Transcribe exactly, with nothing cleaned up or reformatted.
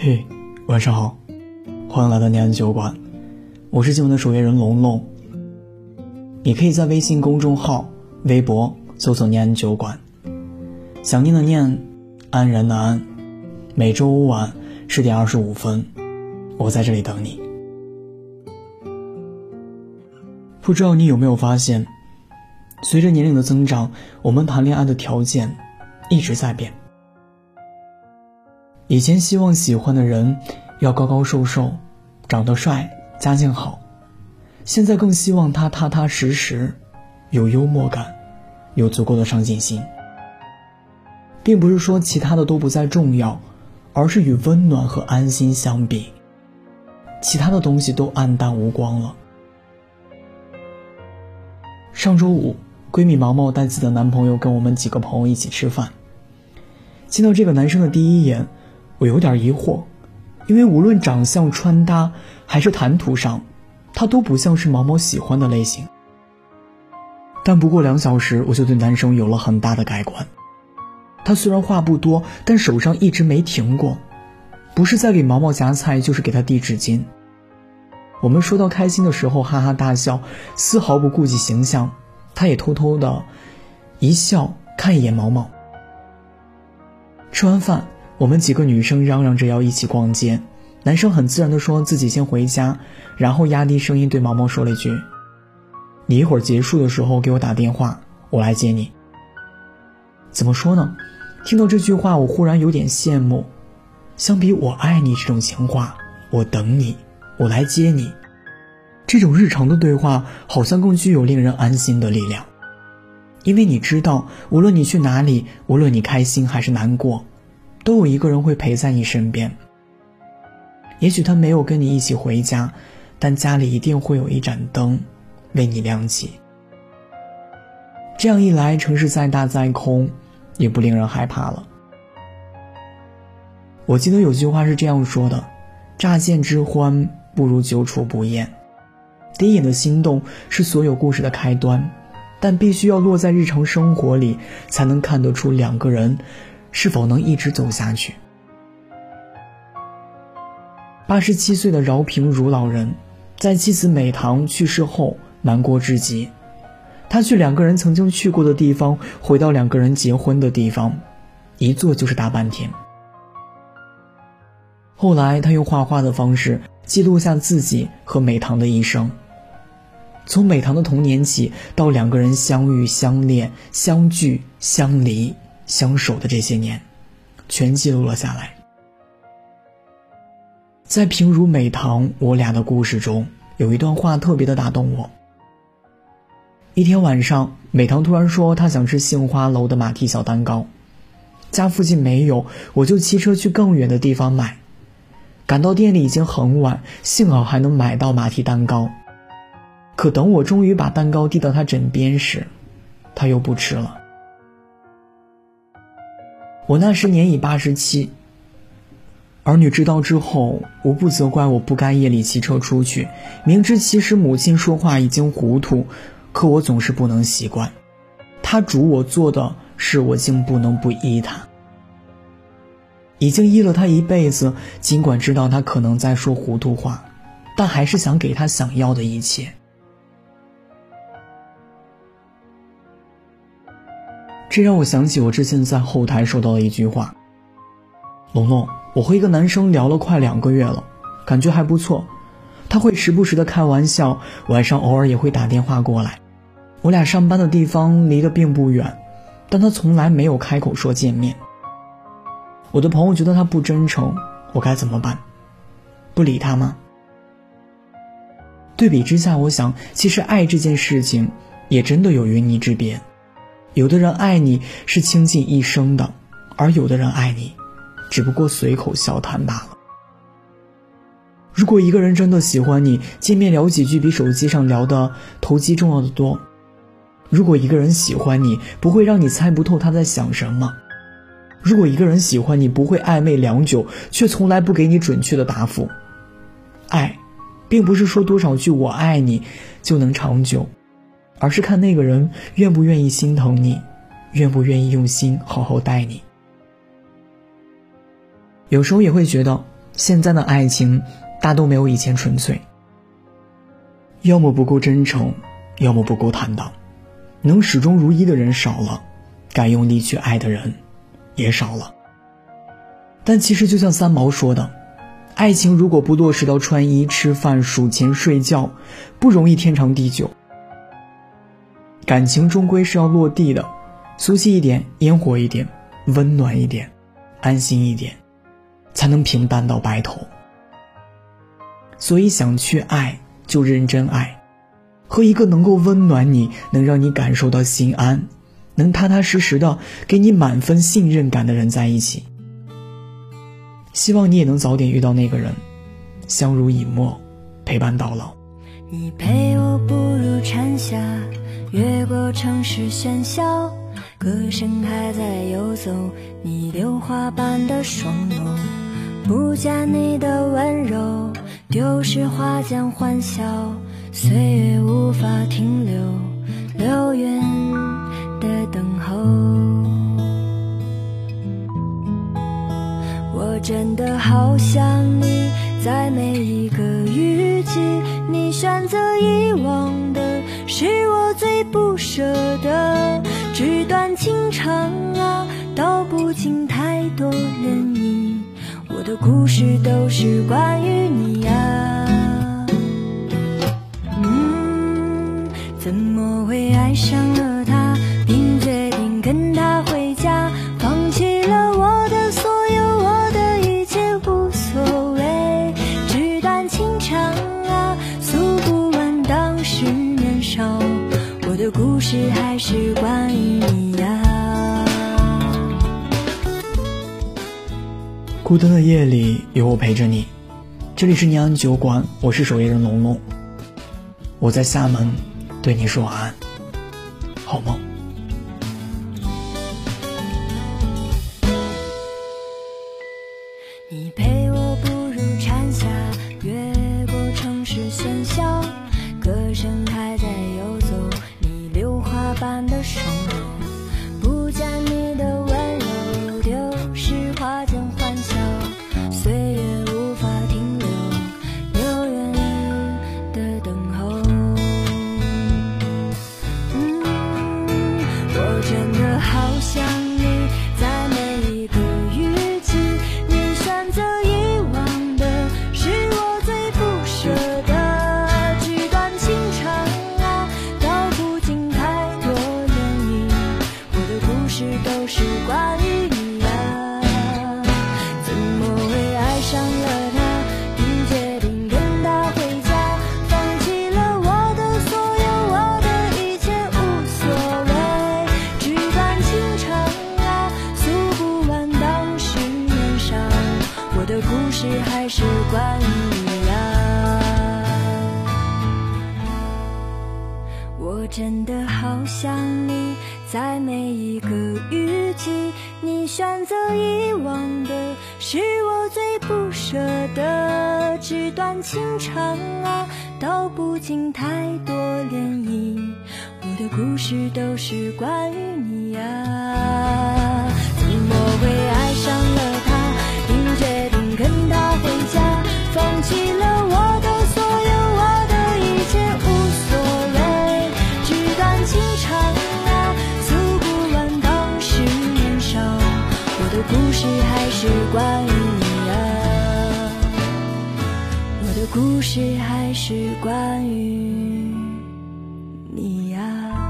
嘿，晚上好，欢迎来到念安酒馆，我是今晚的守夜人龙龙。你可以在微信公众号、微博搜索念安酒馆，想念的念，安然的安。每周五晚十点二十五分，我在这里等你。不知道你有没有发现，随着年龄的增长，我们谈恋爱的条件一直在变。以前希望喜欢的人要高高瘦瘦，长得帅，家境好，现在更希望他踏踏实实，有幽默感，有足够的上进心。并不是说其他的都不再重要，而是与温暖和安心相比，其他的东西都黯淡无光了。上周五，闺蜜毛毛带自己的男朋友跟我们几个朋友一起吃饭。见到这个男生的第一眼，我有点疑惑，因为无论长相、穿搭还是谈吐上，他都不像是毛毛喜欢的类型。但不过两小时，我就对男生有了很大的改观。他虽然话不多，但手上一直没停过，不是在给毛毛夹菜，就是给他递纸巾。我们说到开心的时候哈哈大笑，丝毫不顾及形象，他也偷偷的一笑看一眼毛毛。吃完饭，我们几个女生嚷嚷着要一起逛街，男生很自然地说自己先回家，然后压低声音对毛毛说了一句：你一会儿结束的时候给我打电话，我来接你。怎么说呢，听到这句话我忽然有点羡慕，相比我爱你这种情话，我等你，我来接你，这种日常的对话好像更具有令人安心的力量。因为你知道，无论你去哪里，无论你开心还是难过，都有一个人会陪在你身边。也许他没有跟你一起回家，但家里一定会有一盏灯为你亮起。这样一来，城市再大再空也不令人害怕了。我记得有句话是这样说的：乍见之欢不如久处不厌。第一眼的心动是所有故事的开端，但必须要落在日常生活里，才能看得出两个人是否能一直走下去。八十七岁的饶平如老人在妻子美棠去世后难过至极，他去两个人曾经去过的地方，回到两个人结婚的地方，一坐就是大半天。后来他用画画的方式记录下自己和美棠的一生，从美棠的童年起到两个人相遇、相恋、相聚、相离、相守的这些年，全记录了下来。在平如美棠我俩的故事中，有一段话特别的打动我。一天晚上，美棠突然说她想吃杏花楼的马蹄小蛋糕，家附近没有，我就骑车去更远的地方买。赶到店里已经很晚，幸好还能买到马蹄蛋糕。可等我终于把蛋糕递到他枕边时，他又不吃了。我那时年已八十七，儿女知道之后，我不责怪我不该夜里骑车出去，明知其实母亲说话已经糊涂，可我总是不能习惯。他嘱我做的事，我竟不能不依他。已经依了他一辈子，尽管知道他可能在说糊涂话，但还是想给他想要的一切。这让我想起我之前在后台收到的一句话：龙龙，我和一个男生聊了快两个月了，感觉还不错，他会时不时的开玩笑，晚上偶尔也会打电话过来。我俩上班的地方离得并不远，但他从来没有开口说见面。我的朋友觉得他不真诚，我该怎么办？不理他吗？对比之下，我想其实爱这件事情也真的有云泥之别。有的人爱你是倾尽一生的，而有的人爱你只不过随口笑谈罢了。如果一个人真的喜欢你，见面聊几句比手机上聊的投机重要的多。如果一个人喜欢你，不会让你猜不透他在想什么。如果一个人喜欢你，不会暧昧良久，却从来不给你准确的答复。爱并不是说多少句我爱你就能长久，而是看那个人愿不愿意心疼你，愿不愿意用心好好待你。有时候也会觉得现在的爱情大都没有以前纯粹，要么不够真诚，要么不够坦荡，能始终如一的人少了，敢用力去爱的人也少了。但其实就像三毛说的，爱情如果不落实到穿衣、吃饭、数钱、睡觉，不容易天长地久。感情终归是要落地的，俗气一点，烟火一点，温暖一点，安心一点，才能平淡到白头。所以想去爱就认真爱，和一个能够温暖你，能让你感受到心安，能踏踏实实的给你满分信任感的人在一起。希望你也能早点遇到那个人，相濡以沫，陪伴到老。 你陪我步入蝉夏，越过城市喧嚣，歌声还在游走，你榴花般的双眸，不假你的温柔，丢失花间欢笑，岁月无法停留，流云的等候。我真的好想你，在每一个雨季，你选择遗忘的是我最不舍的，纸短情长啊，道不尽太多人意，我的故事都是关于你啊。嗯，怎么会爱上了他，并决定跟他回家，放弃了我的所有，我的一切无所谓，纸短情长啊，诉不完当时年少，我的故事还是关于你啊。 孤单的夜里有我陪着你，这里是念安酒馆，我是守夜人龙龙，我在厦门对你说晚安，好梦。 你陪我步入蝉夏，越过城市喧嚣，歌声还在游走，你榴花般的双眸，不假你的温柔，丢失花间欢笑，岁月无法停留，流云的等候。嗯，我真的好想你，在每一个雨季，你选择遗忘的是我最不舍的，纸短情长啊，道不尽太多涟漪，我的故事都是关于你啊。怎么会爱上了他，并决定跟他回家，放弃了我的所有，我的一切无所谓，纸短情长啊，诉不完当时年少，我的故事还是关于你啊。我真的好想你，在每一个雨季，你选择遗忘的是我最不舍的，纸短情长啊，道不尽太多涟漪，我的故事都是关于你啊。怎么会爱上了他，并决定跟他回家，放弃了我的所有，我的一切无所谓，纸短情长啊，诉不完当时年少，我的故事还是关于你啊，我的故事还是关于你啊。